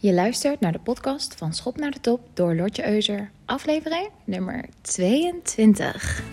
Je luistert naar de podcast van Schop naar de Top door Lotje Euser, aflevering nummer 22.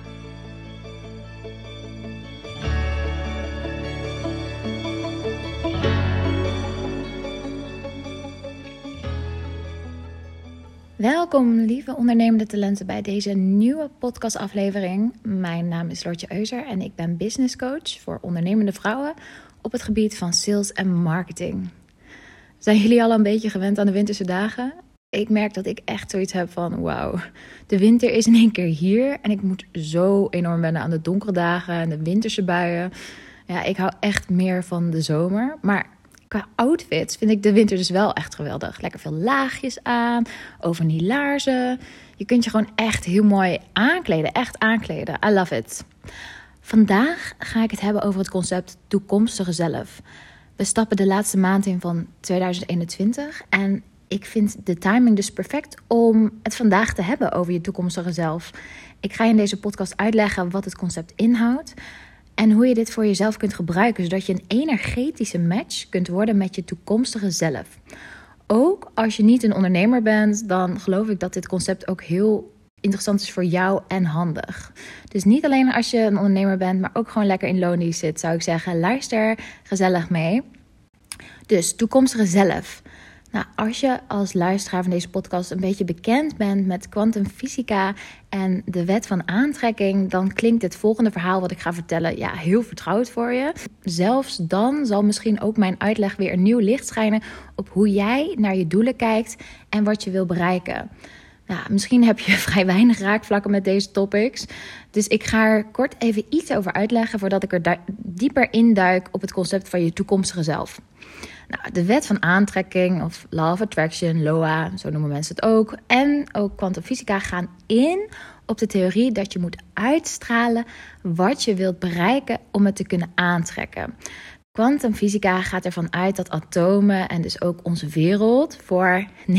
Welkom lieve ondernemende talenten bij deze nieuwe podcastaflevering. Mijn naam is Lotje Euser en ik ben business coach voor ondernemende vrouwen op het gebied van sales en marketing. Zijn jullie al een beetje gewend aan de winterse dagen? Ik merk dat ik echt zoiets heb van wauw, de winter is in één keer hier en ik moet zo enorm wennen aan de donkere dagen en de winterse buien. Ja, ik hou echt meer van de zomer, maar qua outfits vind ik de winter dus wel echt geweldig. Lekker veel laagjes aan, overknee laarzen. Je kunt je gewoon echt heel mooi aankleden, echt aankleden. I love it. Vandaag ga ik het hebben over het concept toekomstige zelf. We stappen de laatste maand in van 2021 en ik vind de timing dus perfect om het vandaag te hebben over je toekomstige zelf. Ik ga je in deze podcast uitleggen wat het concept inhoudt en hoe je dit voor jezelf kunt gebruiken, zodat je een energetische match kunt worden met je toekomstige zelf. Ook als je niet een ondernemer bent, dan geloof ik dat dit concept ook heel interessant is voor jou en handig. Dus niet alleen als je een ondernemer bent, maar ook gewoon lekker in loondienst zit, zou ik zeggen. Luister gezellig mee. Dus toekomstige zelf. Nou, als je als luisteraar van deze podcast een beetje bekend bent met kwantumfysica en de wet van aantrekking, dan klinkt het volgende verhaal wat ik ga vertellen heel vertrouwd voor je. Zelfs dan zal misschien ook mijn uitleg weer een nieuw licht schijnen op hoe jij naar je doelen kijkt en wat je wil bereiken. Nou, misschien heb je vrij weinig raakvlakken met deze topics. Dus ik ga er kort even iets over uitleggen voordat ik er dieper induik op het concept van je toekomstige zelf. Nou, de wet van aantrekking of Law of Attraction, LOA, zo noemen mensen het ook. En ook kwantumfysica gaan in op de theorie dat je moet uitstralen wat je wilt bereiken om het te kunnen aantrekken. Kwantumfysica gaat ervan uit dat atomen en dus ook onze wereld voor 99,99%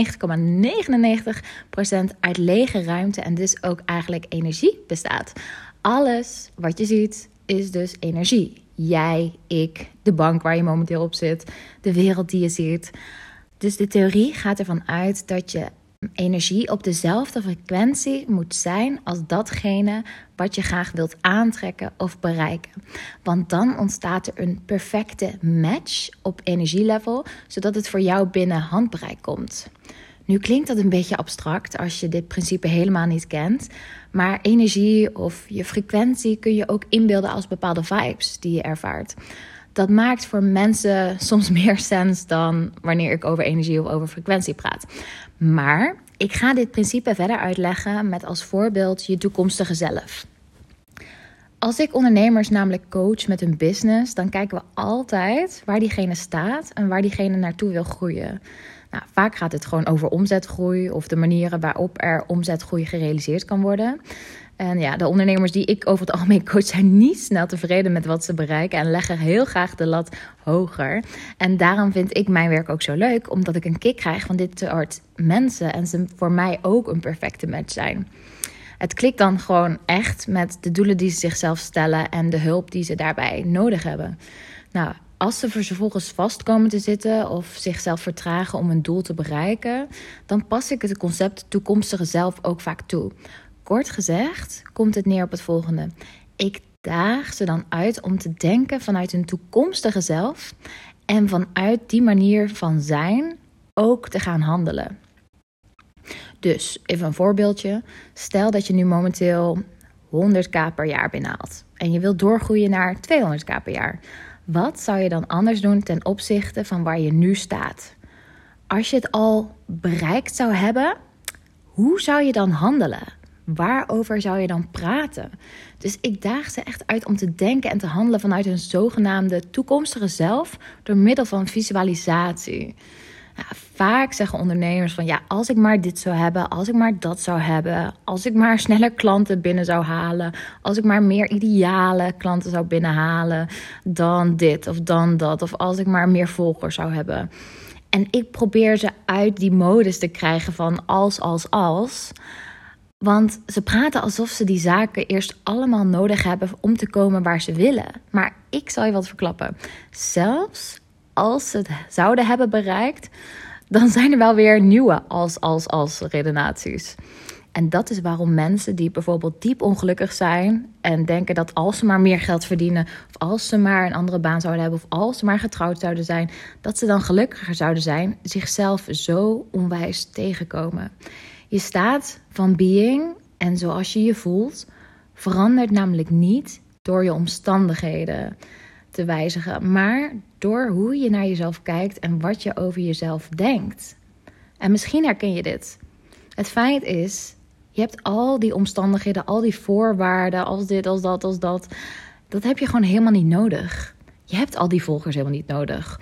uit lege ruimte en dus ook eigenlijk energie bestaat. Alles wat je ziet is dus energie. Jij, ik, de bank waar je momenteel op zit, de wereld die je ziet. Dus de theorie gaat ervan uit dat je energie op dezelfde frequentie moet zijn als datgene wat je graag wilt aantrekken of bereiken. Want dan ontstaat er een perfecte match op energielevel, zodat het voor jou binnen handbereik komt. Nu klinkt dat een beetje abstract als je dit principe helemaal niet kent, maar energie of je frequentie kun je ook inbeelden als bepaalde vibes die je ervaart. Dat maakt voor mensen soms meer sens dan wanneer ik over energie of over frequentie praat. Maar ik ga dit principe verder uitleggen met als voorbeeld je toekomstige zelf. Als ik ondernemers namelijk coach met hun business, dan kijken we altijd waar diegene staat en waar diegene naartoe wil groeien. Nou, vaak gaat het gewoon over omzetgroei of de manieren waarop er omzetgroei gerealiseerd kan worden. En ja, de ondernemers die ik over het algemeen coach zijn niet snel tevreden met wat ze bereiken en leggen heel graag de lat hoger. En daarom vind ik mijn werk ook zo leuk, omdat ik een kick krijg van dit soort mensen en ze voor mij ook een perfecte match zijn. Het klikt dan gewoon echt met de doelen die ze zichzelf stellen en de hulp die ze daarbij nodig hebben. Nou, als ze vervolgens vast komen te zitten of zichzelf vertragen om een doel te bereiken, dan pas ik het concept toekomstige zelf ook vaak toe. Kort gezegd komt het neer op het volgende. Ik daag ze dan uit om te denken vanuit hun toekomstige zelf en vanuit die manier van zijn ook te gaan handelen. Dus even een voorbeeldje. Stel dat je nu momenteel 100k per jaar binnenhaalt en je wilt doorgroeien naar 200k per jaar. Wat zou je dan anders doen ten opzichte van waar je nu staat? Als je het al bereikt zou hebben, hoe zou je dan handelen? Waarover zou je dan praten? Dus ik daag ze echt uit om te denken en te handelen vanuit hun zogenaamde toekomstige zelf door middel van visualisatie. Ja, vaak zeggen ondernemers van als ik maar dit zou hebben, als ik maar dat zou hebben, als ik maar sneller klanten binnen zou halen, als ik maar meer ideale klanten zou binnenhalen dan dit of dan dat, of als ik maar meer volgers zou hebben. En ik probeer ze uit die modus te krijgen van als. Want ze praten alsof ze die zaken eerst allemaal nodig hebben om te komen waar ze willen. Maar ik zal je wat verklappen. Zelfs als ze het zouden hebben bereikt, dan zijn er wel weer nieuwe als redenaties. En dat is waarom mensen die bijvoorbeeld diep ongelukkig zijn en denken dat als ze maar meer geld verdienen, of als ze maar een andere baan zouden hebben, of als ze maar getrouwd zouden zijn, dat ze dan gelukkiger zouden zijn, zichzelf zo onwijs tegenkomen. Je staat van being en zoals je je voelt, verandert namelijk niet door je omstandigheden te wijzigen, maar door hoe je naar jezelf kijkt en wat je over jezelf denkt. En misschien herken je dit. Het feit is, je hebt al die omstandigheden, al die voorwaarden, als dit, als dat, als dat. Dat heb je gewoon helemaal niet nodig. Je hebt al die volgers helemaal niet nodig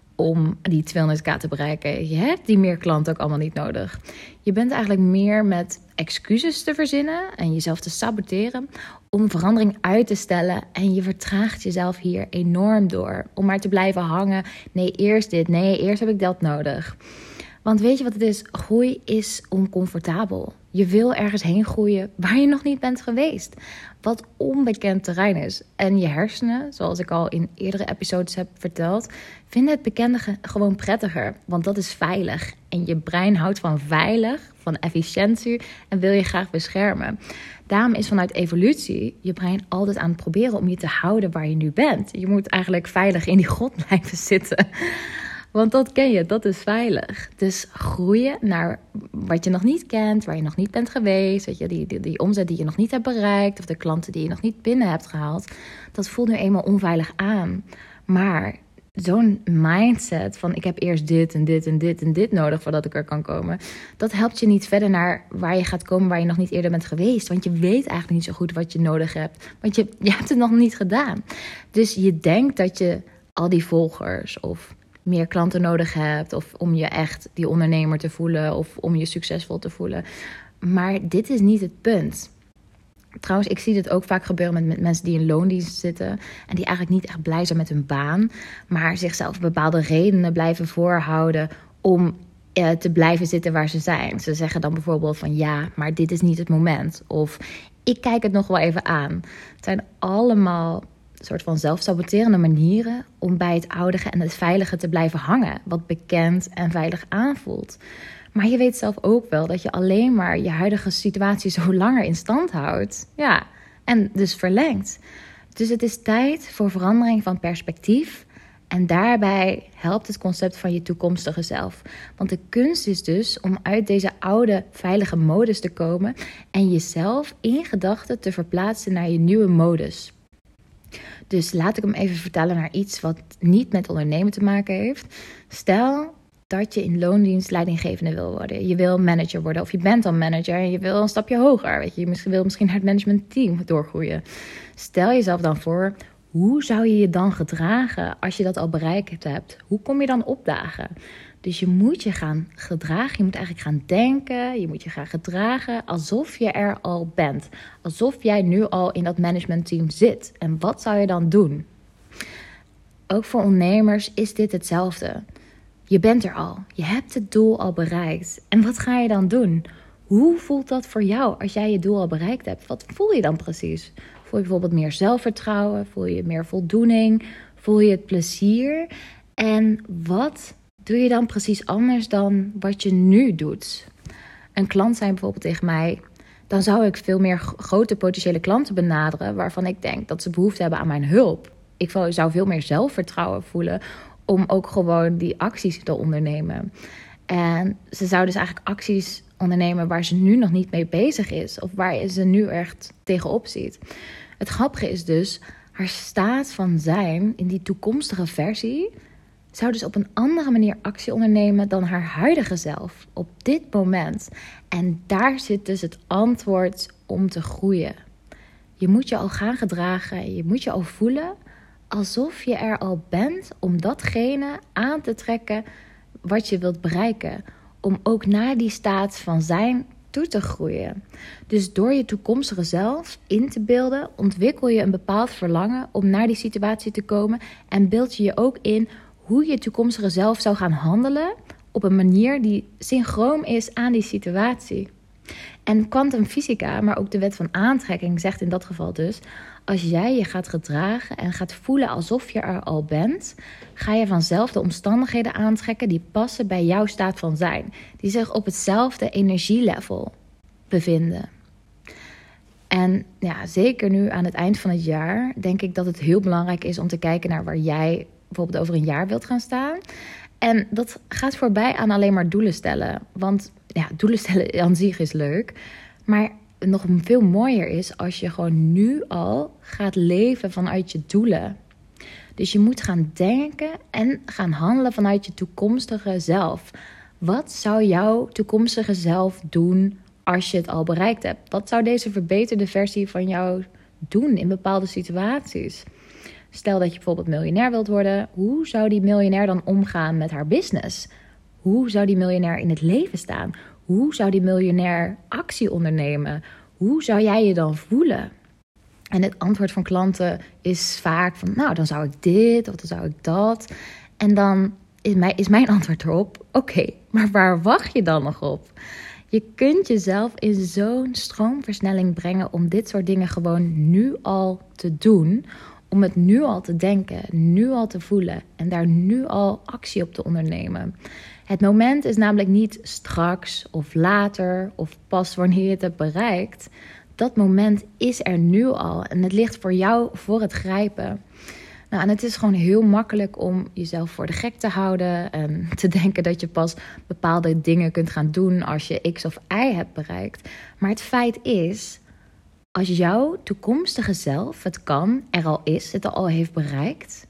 om die 200k te bereiken. Je hebt die meer klanten ook allemaal niet nodig. Je bent eigenlijk meer met excuses te verzinnen en jezelf te saboteren om verandering uit te stellen. En je vertraagt jezelf hier enorm door om maar te blijven hangen. Nee, eerst dit. Nee, eerst heb ik dat nodig. Want weet je wat het is? Groei is oncomfortabel. Je wil ergens heen groeien waar je nog niet bent geweest. Wat onbekend terrein is. En je hersenen, zoals ik al in eerdere episodes heb verteld, vinden het bekende gewoon prettiger. Want dat is veilig. En je brein houdt van veilig, van efficiëntie en wil je graag beschermen. Daarom is vanuit evolutie je brein altijd aan het proberen om je te houden waar je nu bent. Je moet eigenlijk veilig in die grot blijven zitten. Want dat ken je, dat is veilig. Dus groeien naar wat je nog niet kent, waar je nog niet bent geweest. Weet je, die omzet die je nog niet hebt bereikt, of de klanten die je nog niet binnen hebt gehaald. Dat voelt nu eenmaal onveilig aan. Maar zo'n mindset van ik heb eerst dit en dit en dit en dit nodig voordat ik er kan komen. Dat helpt je niet verder naar waar je gaat komen waar je nog niet eerder bent geweest. Want je weet eigenlijk niet zo goed wat je nodig hebt. Want je hebt het nog niet gedaan. Dus je denkt dat je al die volgers of meer klanten nodig hebt, of om je echt die ondernemer te voelen, of om je succesvol te voelen. Maar dit is niet het punt. Trouwens, ik zie dit ook vaak gebeuren met mensen die in loondienst zitten en die eigenlijk niet echt blij zijn met hun baan, maar zichzelf bepaalde redenen blijven voorhouden om te blijven zitten waar ze zijn. Ze zeggen dan bijvoorbeeld van ja, maar dit is niet het moment. Of ik kijk het nog wel even aan. Het zijn allemaal soort van zelfsaboterende manieren om bij het oude en het veilige te blijven hangen, wat bekend en veilig aanvoelt. Maar je weet zelf ook wel dat je alleen maar je huidige situatie zo langer in stand houdt. Ja, en dus verlengt. Dus het is tijd voor verandering van perspectief. En daarbij helpt het concept van je toekomstige zelf. Want de kunst is dus om uit deze oude veilige modus te komen en jezelf in gedachten te verplaatsen naar je nieuwe modus. Dus laat ik hem even vertellen naar iets wat niet met ondernemen te maken heeft. Stel dat je in loondienst leidinggevende wil worden. Je wil manager worden of je bent al manager en je wil een stapje hoger. Weet je wil misschien naar het managementteam doorgroeien. Stel jezelf dan voor, hoe zou je je dan gedragen als je dat al bereikt hebt? Hoe kom je dan opdagen? Dus je moet je gaan gedragen, je moet eigenlijk gaan denken, je moet je gaan gedragen alsof je er al bent. Alsof jij nu al in dat managementteam zit. En wat zou je dan doen? Ook voor ondernemers is dit hetzelfde. Je bent er al, je hebt het doel al bereikt. En wat ga je dan doen? Hoe voelt dat voor jou als jij je doel al bereikt hebt? Wat voel je dan precies? Voel je bijvoorbeeld meer zelfvertrouwen? Voel je meer voldoening? Voel je het plezier? En wat doe je dan precies anders dan wat je nu doet? Een klant zei bijvoorbeeld tegen mij, dan zou ik veel meer grote potentiële klanten benaderen waarvan ik denk dat ze behoefte hebben aan mijn hulp. Ik zou veel meer zelfvertrouwen voelen om ook gewoon die acties te ondernemen. En ze zou dus eigenlijk acties ondernemen waar ze nu nog niet mee bezig is. Of waar ze nu echt tegenop ziet. Het grappige is dus, haar staat van zijn in die toekomstige versie zou dus op een andere manier actie ondernemen dan haar huidige zelf op dit moment. En daar zit dus het antwoord om te groeien. Je moet je al gaan gedragen, je moet je al voelen alsof je er al bent om datgene aan te trekken wat je wilt bereiken. Om ook naar die staat van zijn toe te groeien. Dus door je toekomstige zelf in te beelden, ontwikkel je een bepaald verlangen om naar die situatie te komen. En beeld je je ook in hoe je toekomstige zelf zou gaan handelen op een manier die synchroon is aan die situatie. En kwantumfysica, maar ook de wet van aantrekking zegt in dat geval dus, Als jij je gaat gedragen en gaat voelen alsof je er al bent, ga je vanzelf de omstandigheden aantrekken die passen bij jouw staat van zijn. Die zich op hetzelfde energielevel bevinden. En ja, zeker nu aan het eind van het jaar denk ik dat het heel belangrijk is om te kijken naar waar jij bijvoorbeeld over een jaar wilt gaan staan. En dat gaat voorbij aan alleen maar doelen stellen. Want ja, doelen stellen aan zich is leuk. Maar nog veel mooier is als je gewoon nu al gaat leven vanuit je doelen. Dus je moet gaan denken en gaan handelen vanuit je toekomstige zelf. Wat zou jouw toekomstige zelf doen als je het al bereikt hebt? Wat zou deze verbeterde versie van jou doen in bepaalde situaties? Stel dat je bijvoorbeeld miljonair wilt worden. Hoe zou die miljonair dan omgaan met haar business? Hoe zou die miljonair in het leven staan? Hoe zou die miljonair actie ondernemen? Hoe zou jij je dan voelen? En het antwoord van klanten is vaak van, nou, dan zou ik dit of dan zou ik dat. En dan is mijn antwoord erop, oké, maar waar wacht je dan nog op? Je kunt jezelf in zo'n stroomversnelling brengen om dit soort dingen gewoon nu al te doen. Om het nu al te denken, nu al te voelen en daar nu al actie op te ondernemen. Het moment is namelijk niet straks of later of pas wanneer je het hebt bereikt. Dat moment is er nu al en het ligt voor jou voor het grijpen. Nou, en het is gewoon heel makkelijk om jezelf voor de gek te houden en te denken dat je pas bepaalde dingen kunt gaan doen als je X of Y hebt bereikt. Maar het feit is, als jouw toekomstige zelf het kan, er al is, het al heeft bereikt,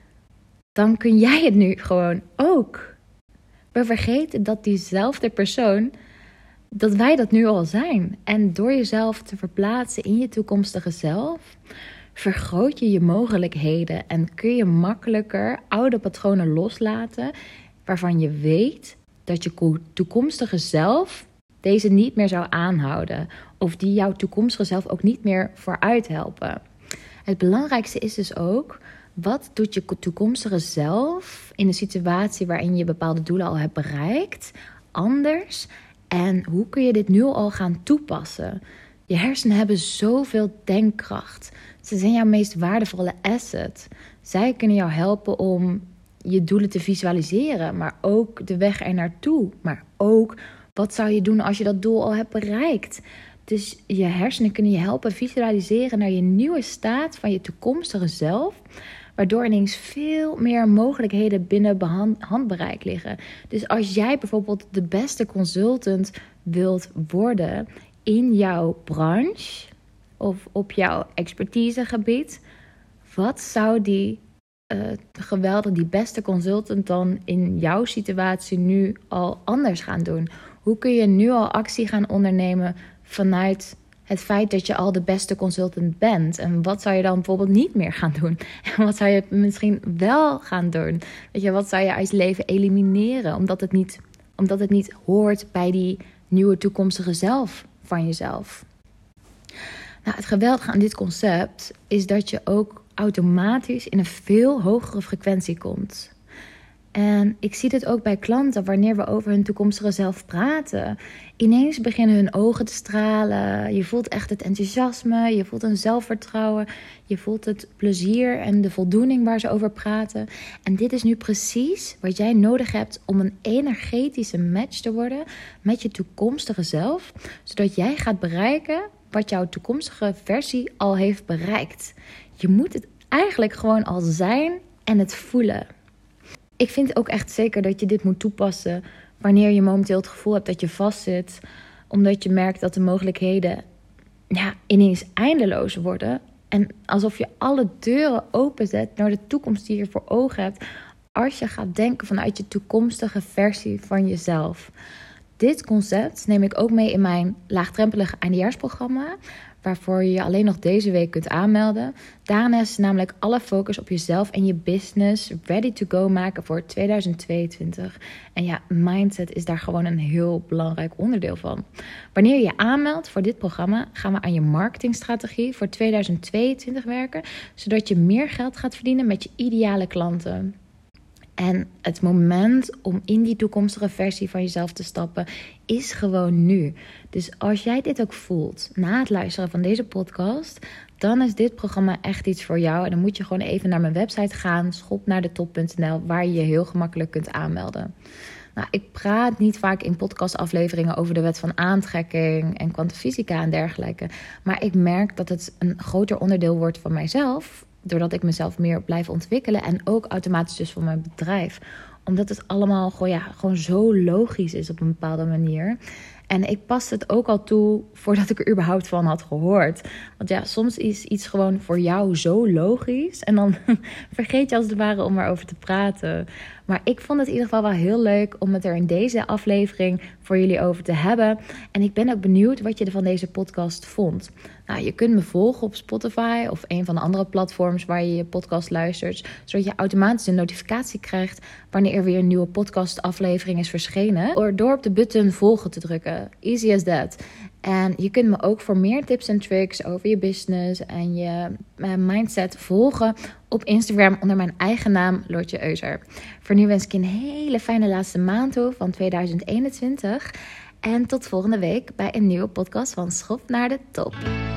dan kun jij het nu gewoon ook. We vergeten dat diezelfde persoon, dat wij dat nu al zijn. En door jezelf te verplaatsen in je toekomstige zelf, vergroot je je mogelijkheden en kun je makkelijker oude patronen loslaten, waarvan je weet dat je toekomstige zelf deze niet meer zou aanhouden. Of die jouw toekomstige zelf ook niet meer vooruit helpen. Het belangrijkste is dus ook, wat doet je toekomstige zelf in een situatie waarin je bepaalde doelen al hebt bereikt, anders? En hoe kun je dit nu al gaan toepassen? Je hersenen hebben zoveel denkkracht. Ze zijn jouw meest waardevolle asset. Zij kunnen jou helpen om je doelen te visualiseren, maar ook de weg er naartoe. Maar ook, wat zou je doen als je dat doel al hebt bereikt? Dus je hersenen kunnen je helpen visualiseren naar je nieuwe staat van je toekomstige zelf, waardoor ineens veel meer mogelijkheden binnen handbereik liggen. Dus als jij bijvoorbeeld de beste consultant wilt worden in jouw branche of op jouw expertisegebied, wat zou die beste consultant dan in jouw situatie nu al anders gaan doen? Hoe kun je nu al actie gaan ondernemen vanuit het feit dat je al de beste consultant bent? En wat zou je dan bijvoorbeeld niet meer gaan doen? En wat zou je misschien wel gaan doen? Weet je, wat zou je uit je leven elimineren? Omdat het niet hoort bij die nieuwe toekomstige zelf van jezelf. Nou, het geweldige aan dit concept is dat je ook automatisch in een veel hogere frequentie komt. En ik zie dit ook bij klanten wanneer we over hun toekomstige zelf praten. Ineens beginnen hun ogen te stralen. Je voelt echt het enthousiasme, je voelt een zelfvertrouwen. Je voelt het plezier en de voldoening waar ze over praten. En dit is nu precies wat jij nodig hebt om een energetische match te worden met je toekomstige zelf. Zodat jij gaat bereiken wat jouw toekomstige versie al heeft bereikt. Je moet het eigenlijk gewoon al zijn en het voelen. Ik vind ook echt zeker dat je dit moet toepassen wanneer je momenteel het gevoel hebt dat je vastzit, omdat je merkt dat de mogelijkheden ineens eindeloos worden. En alsof je alle deuren openzet naar de toekomst die je voor ogen hebt, als je gaat denken vanuit je toekomstige versie van jezelf. Dit concept neem ik ook mee in mijn laagdrempelige eindejaarsprogramma, waarvoor je je alleen nog deze week kunt aanmelden. Daarna is namelijk alle focus op jezelf en je business ready to go maken voor 2022. En ja, mindset is daar gewoon een heel belangrijk onderdeel van. Wanneer je je aanmeldt voor dit programma, gaan we aan je marketingstrategie voor 2022 werken, zodat je meer geld gaat verdienen met je ideale klanten. En het moment om in die toekomstige versie van jezelf te stappen is gewoon nu. Dus als jij dit ook voelt na het luisteren van deze podcast, dan is dit programma echt iets voor jou. En dan moet je gewoon even naar mijn website gaan, schopnaardetop.nl, waar je je heel gemakkelijk kunt aanmelden. Nou, ik praat niet vaak in podcastafleveringen over de wet van aantrekking en kwantumfysica en dergelijke. Maar ik merk dat het een groter onderdeel wordt van mijzelf, doordat ik mezelf meer blijf ontwikkelen en ook automatisch dus van mijn bedrijf. Omdat het allemaal gewoon zo logisch is op een bepaalde manier. En ik paste het ook al toe voordat ik er überhaupt van had gehoord. Want ja, soms is iets gewoon voor jou zo logisch. En dan vergeet je als het ware om erover te praten. Maar ik vond het in ieder geval wel heel leuk om het er in deze aflevering voor jullie over te hebben. En ik ben ook benieuwd wat je er van deze podcast vond. Nou, je kunt me volgen op Spotify of een van de andere platforms waar je je podcast luistert, zodat je automatisch een notificatie krijgt wanneer er weer een nieuwe podcastaflevering is verschenen, door op de button volgen te drukken. Easy as that. En je kunt me ook voor meer tips en tricks over je business en je mindset volgen op Instagram onder mijn eigen naam, Lotje Euser. Voor nu wens ik je een hele fijne laatste maand toe van 2021. En tot volgende week bij een nieuwe podcast van Schop naar de Top.